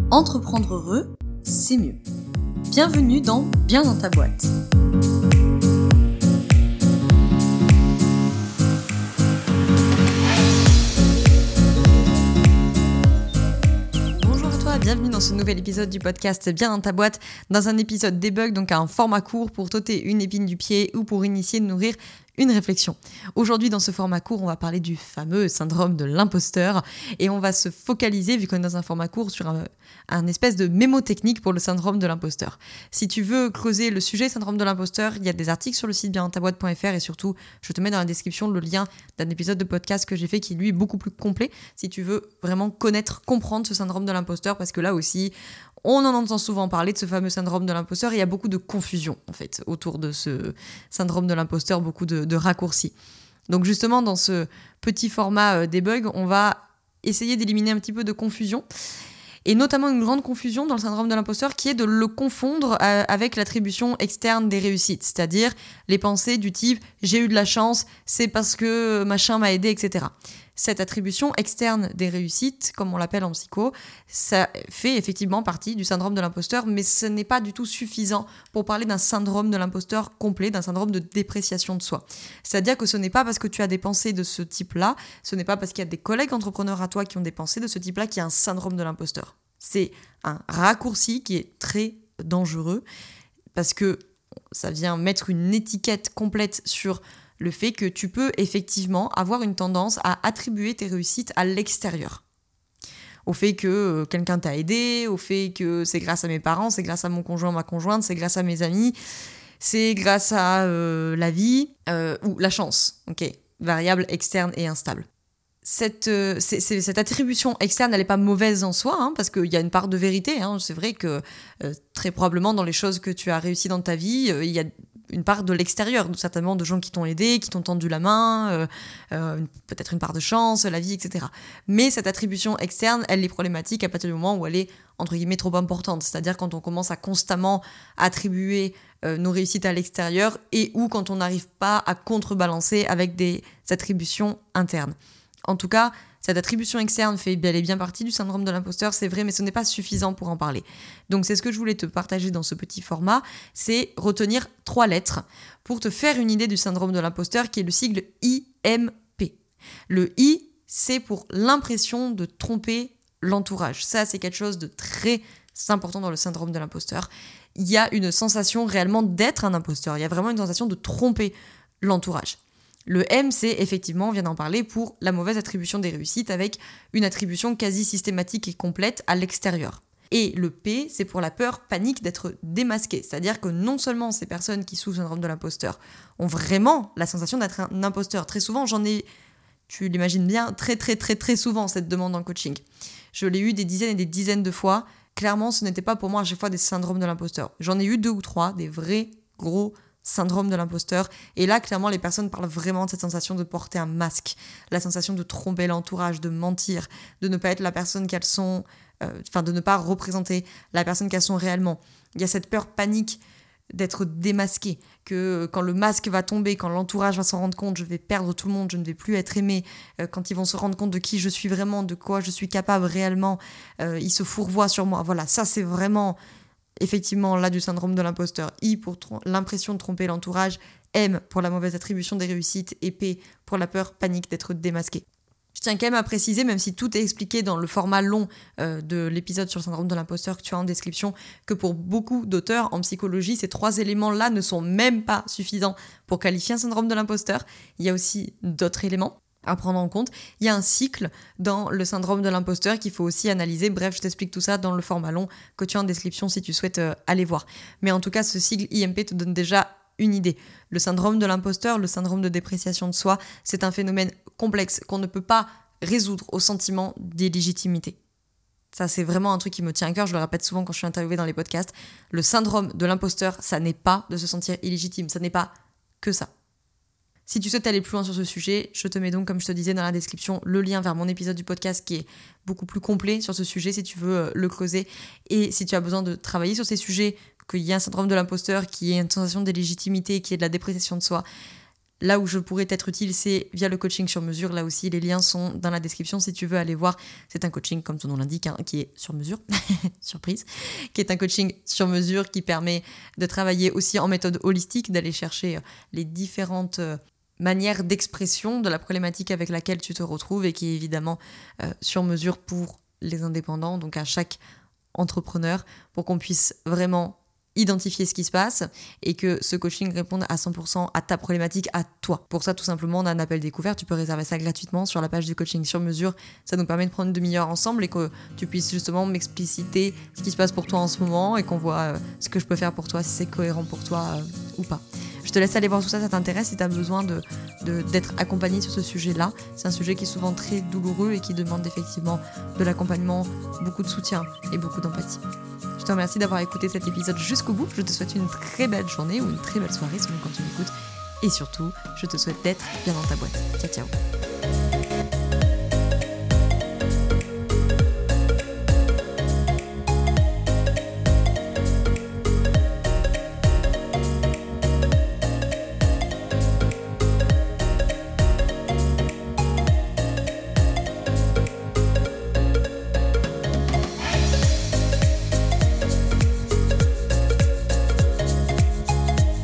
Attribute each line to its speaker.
Speaker 1: Entreprendre heureux, c'est mieux. Bienvenue dans Bien dans ta boîte. Bonjour à toi, bienvenue dans ce nouvel épisode du podcast Bien dans ta boîte, dans un épisode debug, donc à un format court pour t'ôter une épine du pied ou pour initier, nourrir une réflexion. Aujourd'hui, dans ce format court, on va parler du fameux syndrome de l'imposteur et on va se focaliser, vu qu'on est dans un format court, sur un espèce de mémotechnique pour le syndrome de l'imposteur. Si tu veux creuser le sujet syndrome de l'imposteur, il y a des articles sur le site biendantaboîte.fr et surtout, je te mets dans la description le lien d'un épisode de podcast que j'ai fait qui, lui, est beaucoup plus complet si tu veux vraiment connaître, comprendre ce syndrome de l'imposteur, parce que là aussi, on en entend souvent parler de ce fameux syndrome de l'imposteur et il y a beaucoup de confusion en fait autour de ce syndrome de l'imposteur, beaucoup de raccourcis. Donc justement dans ce petit format debug, on va essayer d'éliminer un petit peu de confusion et notamment une grande confusion dans le syndrome de l'imposteur qui est de le confondre avec l'attribution externe des réussites, c'est-à-dire les pensées du type « j'ai eu de la chance, c'est parce que machin m'a aidé, etc. » Cette attribution externe des réussites, comme on l'appelle en psycho, ça fait effectivement partie du syndrome de l'imposteur, mais ce n'est pas du tout suffisant pour parler d'un syndrome de l'imposteur complet, d'un syndrome de dépréciation de soi. C'est-à-dire que ce n'est pas parce que tu as des pensées de ce type-là, ce n'est pas parce qu'il y a des collègues entrepreneurs à toi qui ont des pensées de ce type-là qu'il y a un syndrome de l'imposteur. C'est un raccourci qui est très dangereux, parce que ça vient mettre une étiquette complète sur le fait que tu peux effectivement avoir une tendance à attribuer tes réussites à l'extérieur. Au fait que quelqu'un t'a aidé, au fait que c'est grâce à mes parents, c'est grâce à mon conjoint, ma conjointe, c'est grâce à mes amis, c'est grâce à la vie ou la chance. Ok, variable externe et instable. Cette attribution externe, elle n'est pas mauvaise en soi, hein, parce qu'il y a une part de vérité. Hein. C'est vrai que très probablement dans les choses que tu as réussies dans ta vie, il y a une part de l'extérieur, certainement de gens qui t'ont aidé, qui t'ont tendu la main, peut-être une part de chance, la vie, etc. Mais cette attribution externe, elle est problématique à partir du moment où elle est, entre guillemets, trop importante. C'est-à-dire quand on commence à constamment attribuer nos réussites à l'extérieur et ou quand on n'arrive pas à contrebalancer avec des attributions internes. En tout cas, cette attribution externe fait bel et bien partie du syndrome de l'imposteur, c'est vrai, mais ce n'est pas suffisant pour en parler. Donc c'est ce que je voulais te partager dans ce petit format, c'est retenir 3 lettres pour te faire une idée du syndrome de l'imposteur qui est le sigle IMP. Le I, c'est pour l'impression de tromper l'entourage. Ça, c'est quelque chose de très important dans le syndrome de l'imposteur. Il y a une sensation réellement d'être un imposteur, il y a vraiment une sensation de tromper l'entourage. Le M, c'est effectivement, on vient d'en parler, pour la mauvaise attribution des réussites avec une attribution quasi systématique et complète à l'extérieur. Et le P, c'est pour la peur, panique d'être démasqué. C'est-à-dire que non seulement ces personnes qui souffrent du syndrome de l'imposteur ont vraiment la sensation d'être un imposteur. Très souvent, j'en ai, tu l'imagines bien, très souvent cette demande en coaching. Je l'ai eu des dizaines et des dizaines de fois. Clairement, ce n'était pas pour moi à chaque fois des syndromes de l'imposteur. J'en ai eu 2 ou 3, des vrais gros syndrome de l'imposteur. Et là, clairement, les personnes parlent vraiment de cette sensation de porter un masque, la sensation de tromper l'entourage, de mentir, de ne pas être la personne qu'elles sont, de ne pas représenter la personne qu'elles sont réellement. Il y a cette peur panique d'être démasquée, que quand le masque va tomber, quand l'entourage va s'en rendre compte, je vais perdre tout le monde, je ne vais plus être aimée, quand ils vont se rendre compte de qui je suis vraiment, de quoi je suis capable réellement, ils se fourvoient sur moi. Voilà, ça c'est vraiment effectivement là du syndrome de l'imposteur. I pour l'impression de tromper l'entourage, M pour la mauvaise attribution des réussites et P pour la peur panique d'être démasqué. Je tiens quand même à préciser, même si tout est expliqué dans le format long de l'épisode sur le syndrome de l'imposteur que tu as en description, que pour beaucoup d'auteurs en psychologie, ces 3 éléments-là ne sont même pas suffisants pour qualifier un syndrome de l'imposteur. Il y a aussi d'autres éléments à prendre en compte. Il y a un cycle dans le syndrome de l'imposteur qu'il faut aussi analyser. Bref, je t'explique tout ça dans le format long que tu as en description si tu souhaites aller voir. Mais en tout cas, ce sigle IMP te donne déjà une idée. Le syndrome de l'imposteur, le syndrome de dépréciation de soi, c'est un phénomène complexe qu'on ne peut pas résoudre au sentiment d'illégitimité. Ça, c'est vraiment un truc qui me tient à cœur, je le répète souvent quand je suis interviewée dans les podcasts. Le syndrome de l'imposteur, ça n'est pas de se sentir illégitime, ça n'est pas que ça. Si tu souhaites aller plus loin sur ce sujet, je te mets donc, comme je te disais dans la description, le lien vers mon épisode du podcast qui est beaucoup plus complet sur ce sujet si tu veux le creuser. Et si tu as besoin de travailler sur ces sujets, qu'il y ait un syndrome de l'imposteur, qu'il y ait une sensation d'illégitimité, qu'il y ait de la dépréciation de soi, Là où je pourrais t'être utile, c'est via le coaching sur mesure. Là aussi, les liens sont dans la description si tu veux aller voir. C'est un coaching, comme son nom l'indique, qui est sur mesure, surprise, qui est un coaching sur mesure qui permet de travailler aussi en méthode holistique, d'aller chercher les différentes manières d'expression de la problématique avec laquelle tu te retrouves et qui est évidemment sur mesure pour les indépendants, donc à chaque entrepreneur, pour qu'on puisse vraiment identifier ce qui se passe et que ce coaching réponde à 100% à ta problématique, à toi. Pour ça, tout simplement, on a un appel découvert. Tu peux réserver ça gratuitement sur la page du coaching sur mesure. Ça nous permet de prendre une demi-heure ensemble et que tu puisses justement m'expliciter ce qui se passe pour toi en ce moment et qu'on voit ce que je peux faire pour toi, si c'est cohérent pour toi ou pas. Je te laisse aller voir tout ça, ça t'intéresse, si tu as besoin d'être accompagné sur ce sujet-là. C'est un sujet qui est souvent très douloureux et qui demande effectivement de l'accompagnement, beaucoup de soutien et beaucoup d'empathie. Je te remercie d'avoir écouté cet épisode jusqu'au bout. Je te souhaite une très belle journée ou une très belle soirée selon quand tu m'écoutes. Et surtout, je te souhaite d'être bien dans ta boîte. Ciao, ciao.